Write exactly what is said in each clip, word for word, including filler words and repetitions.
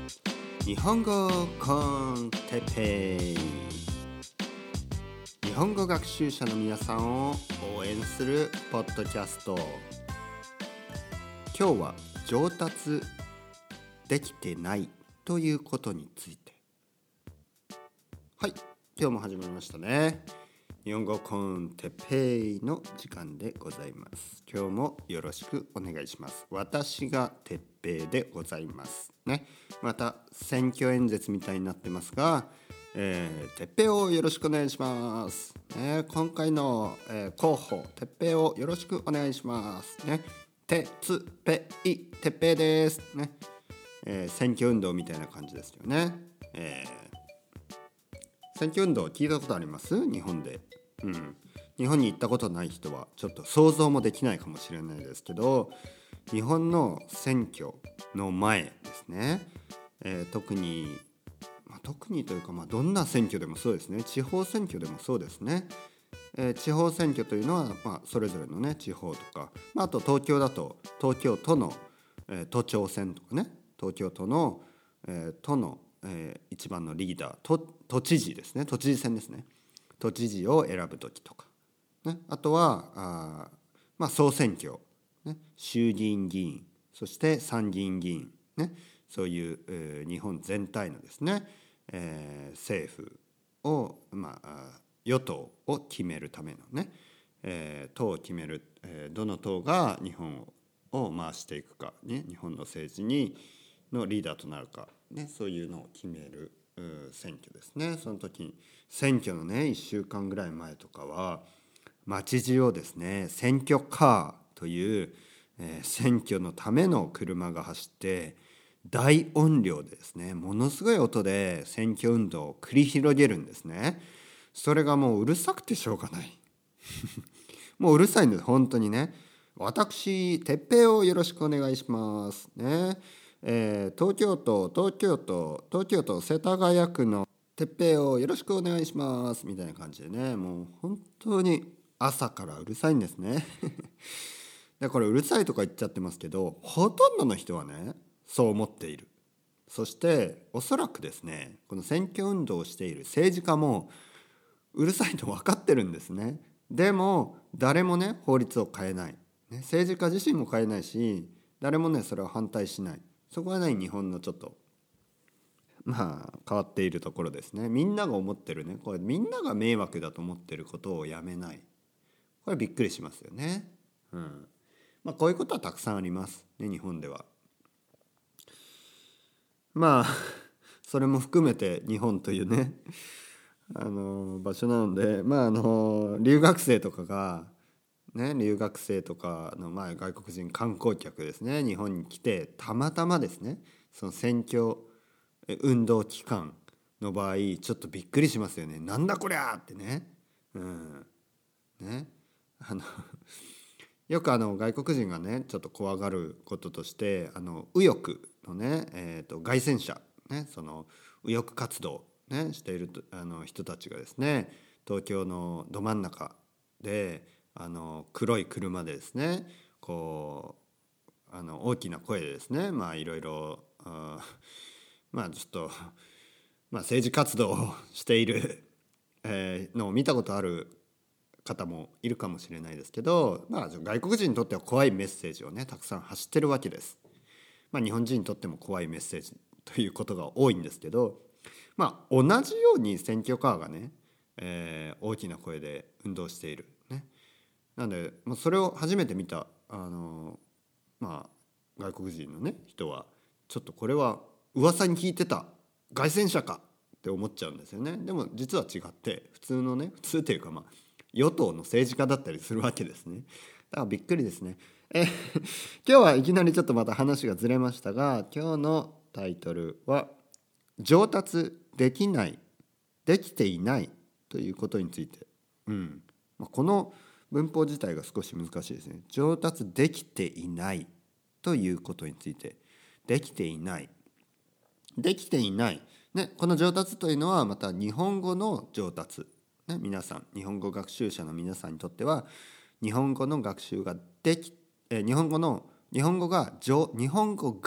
日本語コンテッペイ、日本語学習者の皆さんを応援するポッドキャスト。今日は上達できてないということについて。はい、今日も始まりましたね。日本語コンテッペイの時間でございます。今日もよろしくお願いします。私がてっぺいでございますね。また選挙演説みたいになってますが、えー、てっぺいをよろしくお願いします、ね、今回の、えー、候補てっぺいをよろしくお願いしますね。てつぺいてっぺいですね、えー、選挙運動みたいな感じですよね。えー、選挙運動聞いたことあります？日本で。うん、日本に行ったことない人はちょっと想像もできないかもしれないですけど、日本の選挙の前ですね、えー、特に、まあ、特にというか、まあ、どんな選挙でもそうですね、地方選挙でもそうですね、えー、地方選挙というのは、まあ、それぞれのね地方とか、まあ、あと東京だと東京都の、えー、都庁選とかね、東京都の、えー、都の、えー、一番のリーダー、都、都知事ですね、都知事選ですね、都知事を選ぶときとか、ね、あとはあ、まあ、総選挙、ね、衆議院議員、そして参議院議員、ね、そういう、えー、日本全体のですね、えー、政府を、まあ、与党を決めるためのね、えー、党を決める、えー、どの党が日本を回していくか、ね、日本の政治にのリーダーとなるか、ね、そういうのを決める選挙ですね。その時に選挙のねいっしゅうかんぐらい前とかは街中をですね選挙カーという、えー、選挙のための車が走って大音量でですねものすごい音で選挙運動を繰り広げるんですね。それがもううるさくてしょうがないもううるさいんです本当にね。私てっぺいをよろしくお願いしますね。えー、東京都東京都東京都世田谷区のてっぺいをよろしくお願いしますみたいな感じでね、もう本当に朝からうるさいんですねでこれうるさいとか言っちゃってますけど、ほとんどの人はねそう思っている。そしておそらくですね、この選挙運動をしている政治家もうるさいと分かってるんですね。でも誰もね法律を変えない、ね、政治家自身も変えないし、誰もねそれを反対しない。そこはね日本のちょっとまあ変わっているところですね。みんなが思ってるね、これみんなが迷惑だと思ってることをやめない。これびっくりしますよね。うん。まあこういうことはたくさんありますね、日本では。まあそれも含めて日本というねあの場所なので、まああの留学生とかがね、留学生とかの、まあ、外国人観光客ですね、日本に来てたまたまですねその選挙運動期間の場合ちょっとびっくりしますよね。なんだこりゃってね。うんねあのよくあの外国人がねちょっと怖がることとして、あの右翼のね、えー、と街宣車、ね、その右翼活動、ね、しているあの人たちがですね東京のど真ん中であの黒い車でですねこうあの大きな声でですね、まあいろいろまあちょっと、まあ、政治活動をしている、えー、のを見たことある方もいるかもしれないですけど、まあ、外国人にとっては怖いメッセージをねたくさん発してるわけです。まあ、日本人にとっても怖いメッセージということが多いんですけど、まあ、同じように選挙カーがね、えー、大きな声で運動している、ね、なので、まあ、それを初めて見たあの、まあ、外国人の、ね、人はちょっとこれは噂に聞いてた街宣車かって思っちゃうんですよね。でも実は違って普通のね普通というかまあ与党の政治家だったりするわけですね。だからびっくりですね。え今日はいきなりちょっとまた話がずれましたが、今日のタイトルは上達できないできていないということについて、うん、この文法自体が少し難しいですね。上達できていないということについて、できていないできていない、ね、この上達というのはまた日本語の上達、ね、皆さん日本語学習者の皆さんにとっては日本語の学習ができ、え日本語の日本語が日本語が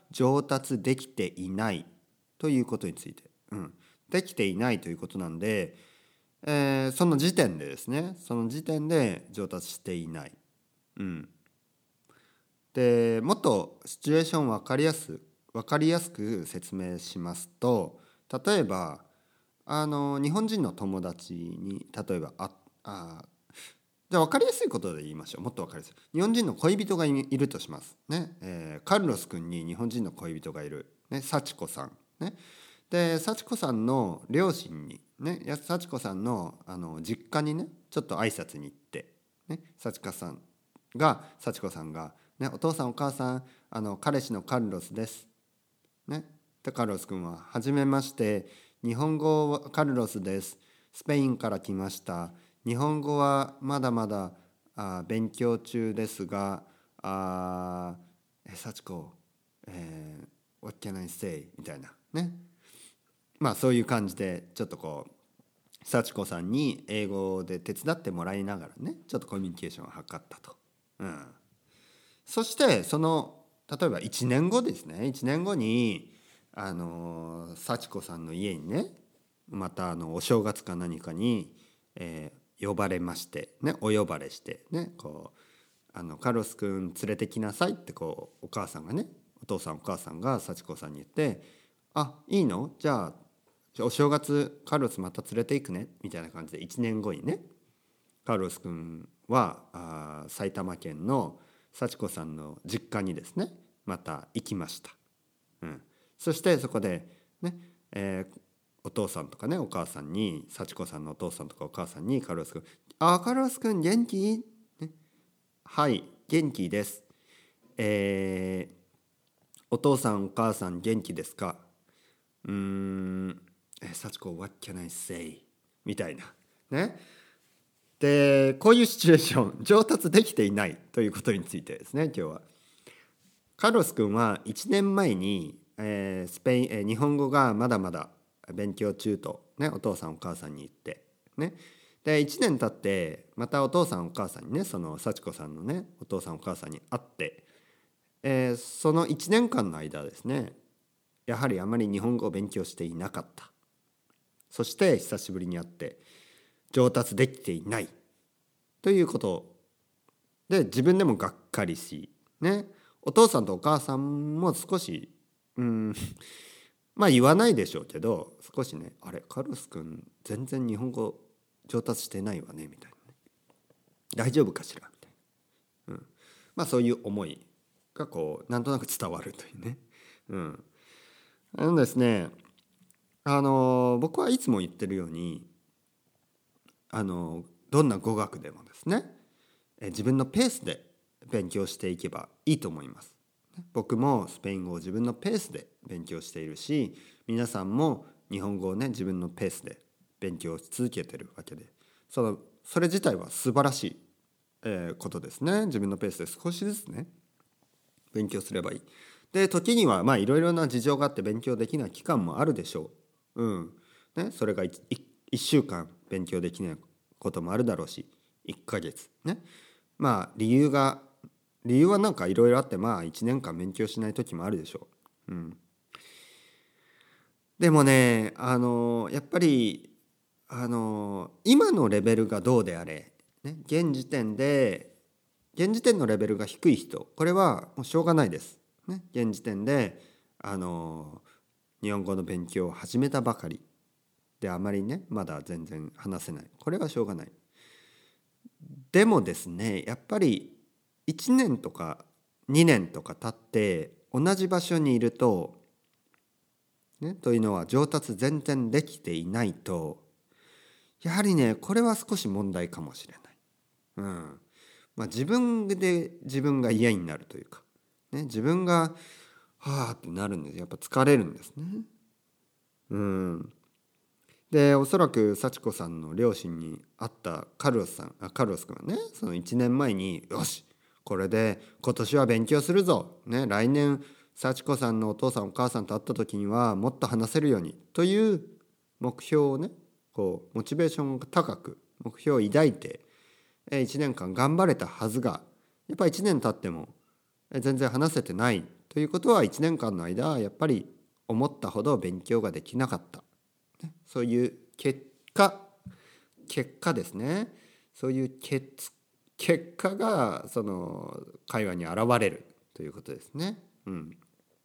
上達できていないということについて、うん、できていないということなんで、えー、その時点でですねその時点で上達していない、うん、でもっとシチュエーション分かりやす分かりやすく説明しますと、例えばあの日本人の友達に例えばああじゃあ分かりやすいことで言いましょう。もっと分かりやすい。日本人の恋人がいるとしますね、えー、カルロス君に日本人の恋人がいる、ね、幸子さんね。で幸子さんの両親にね、幸子さんのあの実家にねちょっと挨拶に行って、ね、幸子さんが幸子さんが、ね、お父さんお母さんあの彼氏のカルロスです、ね、でカルロス君ははじめまして日本語はカルロスです、スペインから来ました、日本語はまだまだあ勉強中ですが、あえ幸子、えー、What can I say? みたいなね、まあそういう感じでちょっとこう幸子さんに英語で手伝ってもらいながらねちょっとコミュニケーションを図ったと、うん、そしてその例えばいちねんごですねいちねんごにあの幸子さんの家にねまたあのお正月か何かに、えー、呼ばれましてねお呼ばれしてねこうあのカルロス君連れてきなさいってこうお母さんがねお父さんお母さんが幸子さんに言ってあいいのじゃあお正月カルロスまた連れて行くねみたいな感じでいちねんごにねカルロス君はあ埼玉県の幸子さんの実家にですねまた行きました、うん、そしてそこでね、えー、お父さんとかねお母さんに幸子さんのお父さんとかお母さんにカルロス君あカルロス君元気、ね、はい元気です、えー、お父さんお母さん元気ですかうーんえ幸子 What can I say? みたいなね。でこういうシチュエーション上達できていないということについてですね今日は。カルロス君はいちねんまえに、えー、スペイン、えー、日本語がまだまだ勉強中と、ね、お父さんお母さんに言ってねでいちねん経ってまたお父さんお母さんにねその幸子さんのねお父さんお母さんに会って、えー、そのいちねんかんの間ですねやはりあまり日本語を勉強していなかった。そして久しぶりに会って上達できていないということで自分でもがっかりし、ね、お父さんとお母さんも少しうんまあ言わないでしょうけど少しねあれカルロス君全然日本語上達してないわねみたいなね大丈夫かしらみたいな、うん、まあそういう思いがこうなんとなく伝わるというね、うん、あのですねあの僕はいつも言ってるようにあのどんな語学でもですねえ自分のペースで勉強していけばいいと思います。僕もスペイン語を自分のペースで勉強しているし皆さんも日本語をね自分のペースで勉強し続けてるわけでそのそれ自体は素晴らしい、えー、ことですね。自分のペースで少しずつね勉強すればいい。で時にはまあいろいろな事情があって勉強できない期間もあるでしょう。うんね、それが 1, 1週間勉強できないこともあるだろうしいっかげつねまあ理由が理由はなんかいろいろあってまあいちねんかん勉強しない時もあるでしょう。うん、でもねあのやっぱりあの今のレベルがどうであれ、ね、現時点で現時点のレベルが低い人これはもうしょうがないです。ね、現時点であの日本語の勉強を始めたばかりであまりねまだ全然話せないこれはしょうがない。でもですねやっぱりいちねんとかにねんとか経って同じ場所にいると、ね、というのは上達全然できていないとやはりねこれは少し問題かもしれない。うんまあ、自分で自分が嫌になるというか、ね、自分がはあってなるんですやっぱ疲れるんですね。うんでおそらく幸子さんの両親に会ったカルロスさんあカルロス君はねそのいちねんまえによしこれで今年は勉強するぞ、ね、来年幸子さんのお父さんお母さんと会った時にはもっと話せるようにという目標をねこうモチベーションが高く目標を抱いていちねんかん頑張れたはずがやっぱりいちねん経っても全然話せてないとということはいちねんかんの間やっぱり思ったほど勉強ができなかった、ね、そういう結果結果ですね。そういう結結果がその会話に現れるということですね。うん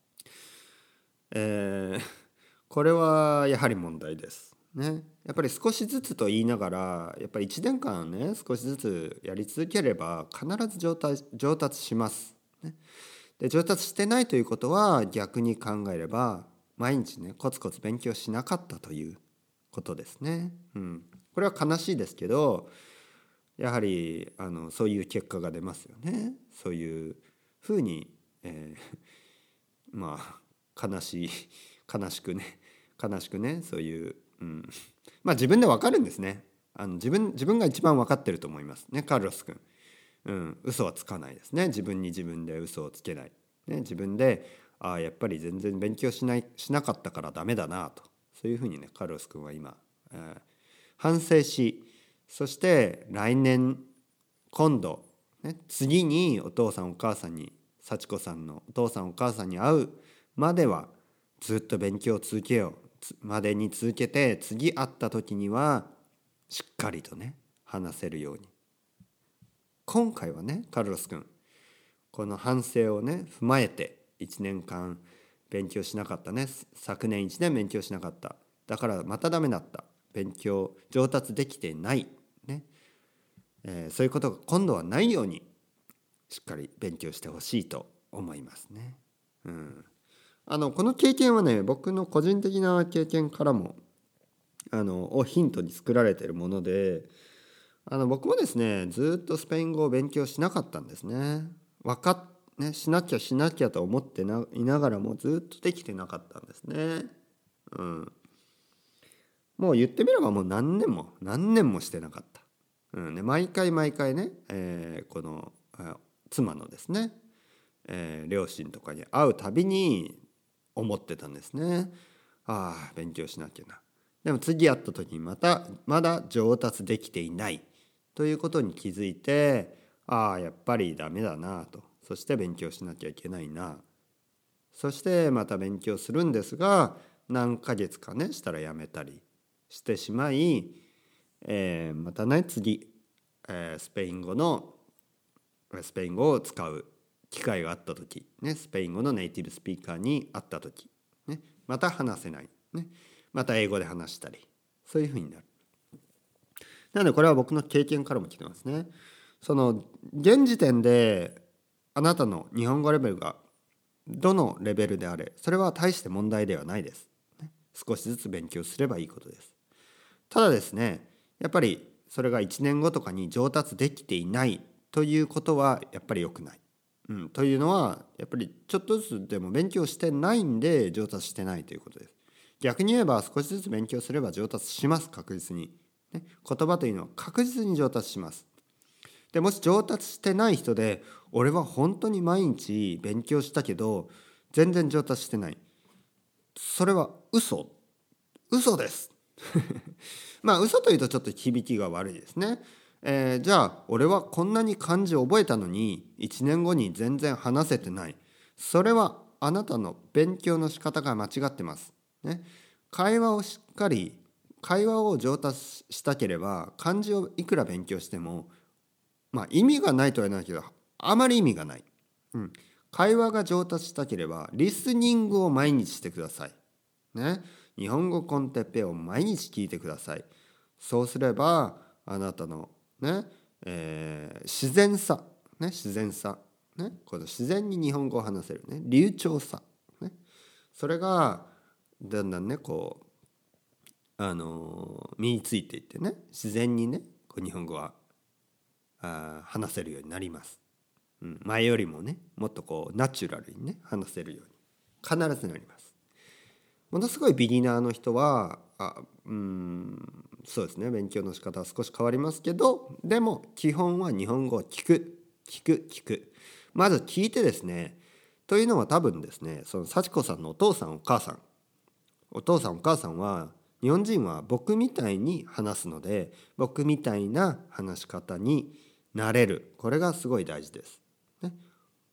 えー、これはやはり問題ですね。やっぱり少しずつと言いながらやっぱりいちねんかんね少しずつやり続ければ必ず上達、上達します、ね、で上達してないということは逆に考えれば毎日ねコツコツ勉強しなかったということですね。うん、これは悲しいですけどやはりあのそういう結果が出ますよね。そういうふうに、えー、まあ悲しい悲しくね悲しくねそういう、うん、まあ自分でわかるんですね。あの自分自分が一番わかってると思いますねカルロス君。うん、嘘はつかないですね。自分に自分で嘘をつけない、ね、自分でああやっぱり全然勉強しないしなかったからダメだなとそういうふうにねカルロス君は今、えー、反省しそして来年今度、ね、次にお父さんお母さんに幸子さんのお父さんお母さんに会うまではずっと勉強を続けようまでに続けて次会った時にはしっかりとね話せるように今回はねカルロス君この反省をね踏まえていちねんかん勉強しなかったね昨年いちねん勉強しなかっただからまたダメだった勉強上達できてないね、えー、そういうことが今度はないようにしっかり勉強してほしいと思いますね。うん、あのこの経験はね僕の個人的な経験からもあのをヒントに作られているものであの僕もですねずっとスペイン語を勉強しなかったんですね。わかっねしなきゃしなきゃと思ってないながらもずっとできてなかったんですね。うん、もう言ってみればもう何年も何年もしてなかった。うんね、毎回毎回ね、えー、この妻のですね、えー、両親とかに会うたびに思ってたんですね。ああ勉強しなきゃな。でも次会った時にまたまだ上達できていないということに気づいてああやっぱりダメだなとそして勉強しなきゃいけないなそしてまた勉強するんですが何ヶ月かねしたらやめたりしてしまい、えー、またね次、えー、スペイン語のスペイン語を使う機会があった時、ね、スペイン語のネイティブスピーカーに会った時、ね、また話せない、ね、また英語で話したりそういうふうになる。なのでこれは僕の経験からも来てますね。その現時点であなたの日本語レベルがどのレベルであれそれは大して問題ではないです。少しずつ勉強すればいいことです。ただですねやっぱりそれがいちねんごとかに上達できていないということはやっぱり良くない。うん、というのはやっぱりちょっとずつでも勉強してないんで上達してないということです。逆に言えば少しずつ勉強すれば上達します確実に、ね、言葉というのは確実に上達します。でもし上達してない人で俺は本当に毎日勉強したけど全然上達してないそれは嘘嘘ですまあ嘘というとちょっと響きが悪いですね。えー、じゃあ俺はこんなに漢字を覚えたのにいちねんごに全然話せてないそれはあなたの勉強の仕方が間違ってます、ね、会話をしっかり会話を上達したければ漢字をいくら勉強してもまあ意味がないとは言わないけどあまり意味がない、うん、会話が上達したければリスニングを毎日してくださいね。日本語コンテッペを毎日聞いてください。そうすればあなたのね、えー、自然さ、ね、自然さ、ね、この自然に日本語を話せるね、流暢さ、ね、それがだんだんねこうあのー、身についていってね、自然にねこう日本語はあ話せるようになります。うん、前よりもねもっとこうナチュラルにね話せるように必ずなります。ものすごいビギナーの人はあうんそうですね勉強の仕方は少し変わりますけどでも基本は日本語を聞く聞く聞くまず聞いてですねというのは多分ですねその幸子さんのお父さんお母さんお父さんお母さんは日本人は僕みたいに話すので僕みたいな話し方になれるこれがすごい大事です、ね、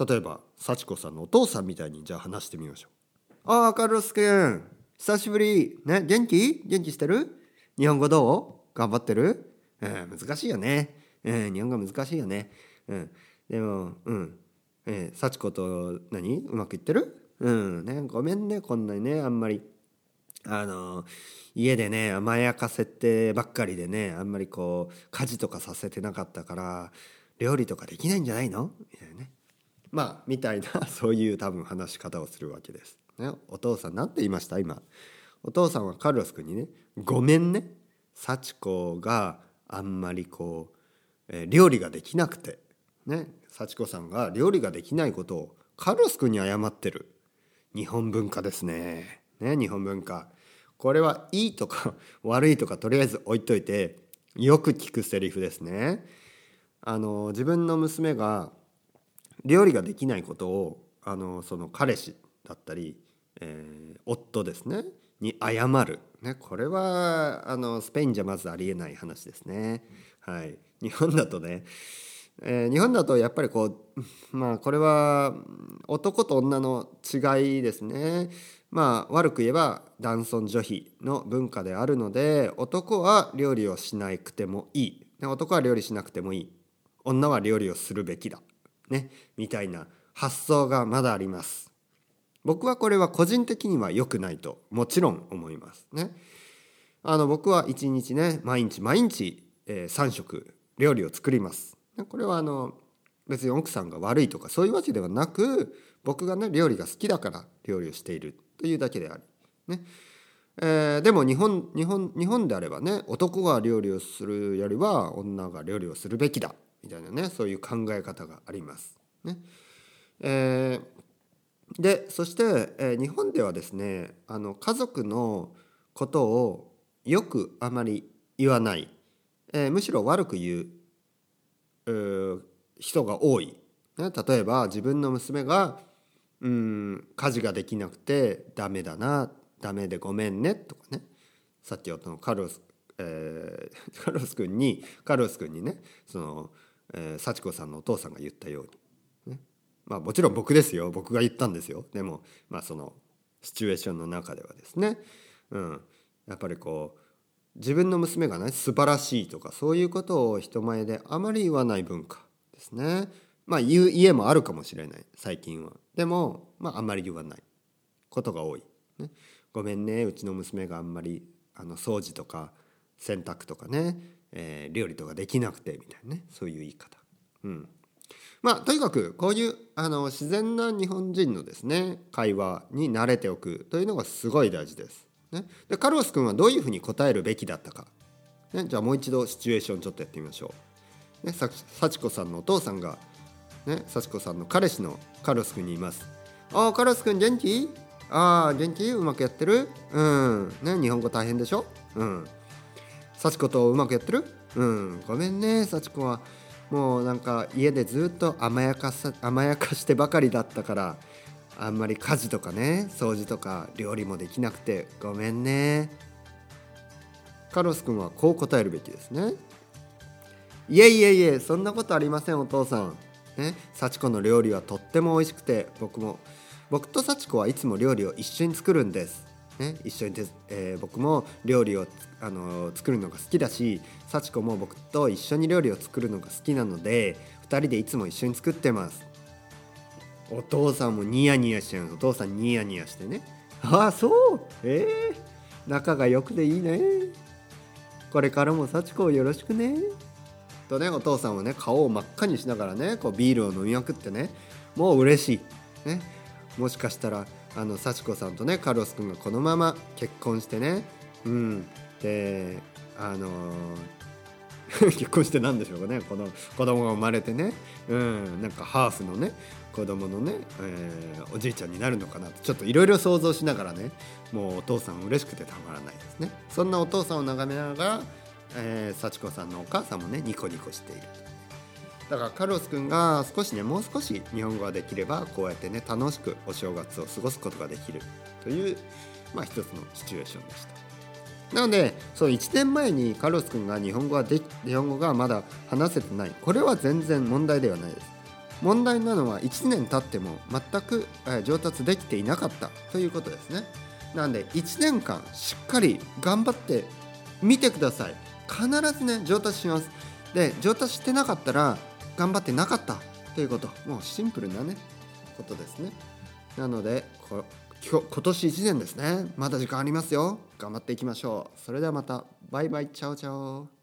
例えば幸子さんのお父さんみたいにじゃあ話してみましょう。ああ、カルロスくん久しぶりね。元気元気してる？日本語どう？頑張ってる？うん、難しいよね。うん、日本語難しいよね。うん、でもうんえー、幸子と何うまくいってる？うんね、ごめんね、こんなにねあんまりあの家でね甘やかせてばっかりでね、あんまりこう家事とかさせてなかったから料理とかできないんじゃないのみたいなね、まあみたいなそういう多分話し方をするわけです、ね、お父さんなんて言いました今？お父さんはカルロス君にね、ごめんね、幸子があんまりこう、えー料理ができなくてね、幸子さんが料理ができないことをカルロス君に謝ってる。日本文化ですね。ね、日本文化。これはいいとか悪いとかとりあえず置いといて、よく聞くセリフですね。あの自分の娘が料理ができないことをあのその彼氏だったり、えー夫ですねに謝る、ね、これはあのスペインじゃまずありえない話ですね。はい、日本だとね、えー日本だとやっぱりこうまあこれは男と女の違いですね。まあ悪く言えば男尊女卑の文化であるので、男は料理をしなくてもいい、ね男は料理しなくてもいい、女は料理をするべきだ、ね、みたいな発想がまだあります。僕はこれは個人的には良くないともちろん思いますね。あの僕は一日ね毎日毎日、えー、さん食料理を作ります。これはあの別に奥さんが悪いとかそういうわけではなく、僕がね料理が好きだから料理をしているというだけであり、ねえーでも日本日本日本であればね、男が料理をするよりは女が料理をするべきだみたいなね、そういう考え方がありますね。えーでそして、えー日本ではですね、あの家族のことをよくあまり言わない、えーむしろ悪く言う、うー人が多い、ね、例えば自分の娘がうん家事ができなくてダメだな、ダメでごめんねとかね、さっきのカルロス、えーカルロス君にカルロス君にね、その、えー幸子さんのお父さんが言ったように、ね、まあもちろん僕ですよ、僕が言ったんですよ。でもまあそのシチュエーションの中ではですね、うん、やっぱりこう自分の娘がね素晴らしいとかそういうことを人前であまり言わない文化ですね。まあ言う家もあるかもしれない最近は。でもまああんまり言わないことが多い、ね、ごめんね、うちの娘があんまりあの掃除とか洗濯とかね、えー料理とかできなくてみたいなね、そういう言い方。うんまあとにかくこういうあの自然な日本人のですね会話に慣れておくというのがすごい大事です、ね、でカルロス君はどういうふうに答えるべきだったか、ね、じゃあもう一度シチュエーションちょっとやってみましょう、ね、さ幸子さんのお父さんが、ね、幸子さんの彼氏のカルロス君に言います。ああカルロス君元気？ああ元気？うまくやってる？うんね、日本語大変でしょ？うん幸子とうまくやってる？うんごめんね幸子はもうなんか家でずっと甘やかさ甘やかしてばかりだったから、あんまり家事とかね掃除とか料理もできなくてごめんね。カルロス君はこう答えるべきですね。いえいえいえ、そんなことありませんお父さん、ね、幸子の料理はとっても美味しくて、僕も僕と幸子はいつも料理を一緒に作るんです、ね、一緒にで、えー僕も料理をあの作るのが好きだし、幸子も僕と一緒に料理を作るのが好きなのでふたりでいつも一緒に作ってます。お父さんもニヤニヤしちゃう。お父さんニヤニヤしてね、ああそうえー、仲が良くていいね、これからも幸子をよろしくねとね、お父さんはね顔を真っ赤にしながらねこうビールを飲みまくってね、もう嬉しい、ね、もしかしたらあの幸子さんとねカルロス君がこのまま結婚してね、うんであのー結婚してなんでしょうかね、この子供が生まれてね、うん、なんかハーフのね子供のね、えーおじいちゃんになるのかなとちょっといろいろ想像しながらね、もうお父さん嬉しくてたまらないですね。そんなお父さんを眺めながら、えー、幸子さんのお母さんもねニコニコしている。だからカルロス君が少しねもう少し日本語ができればこうやってね楽しくお正月を過ごすことができるという、まあ一つのシチュエーションでした。なのでそういちねんまえにカルロス君が日本語がで日本語がまだ話せてない、これは全然問題ではないです。 問題なのはいちねん経っても全く上達できていなかったということですね。なのでいちねんかんしっかり頑張ってみてください。必ずね上達します。で上達してなかったら頑張ってなかったということ、もうシンプルなねことですね。なのでこ今年いちねんですね。まだ時間ありますよ。頑張っていきましょう。それではまた。バイバイ。チャオチャオ。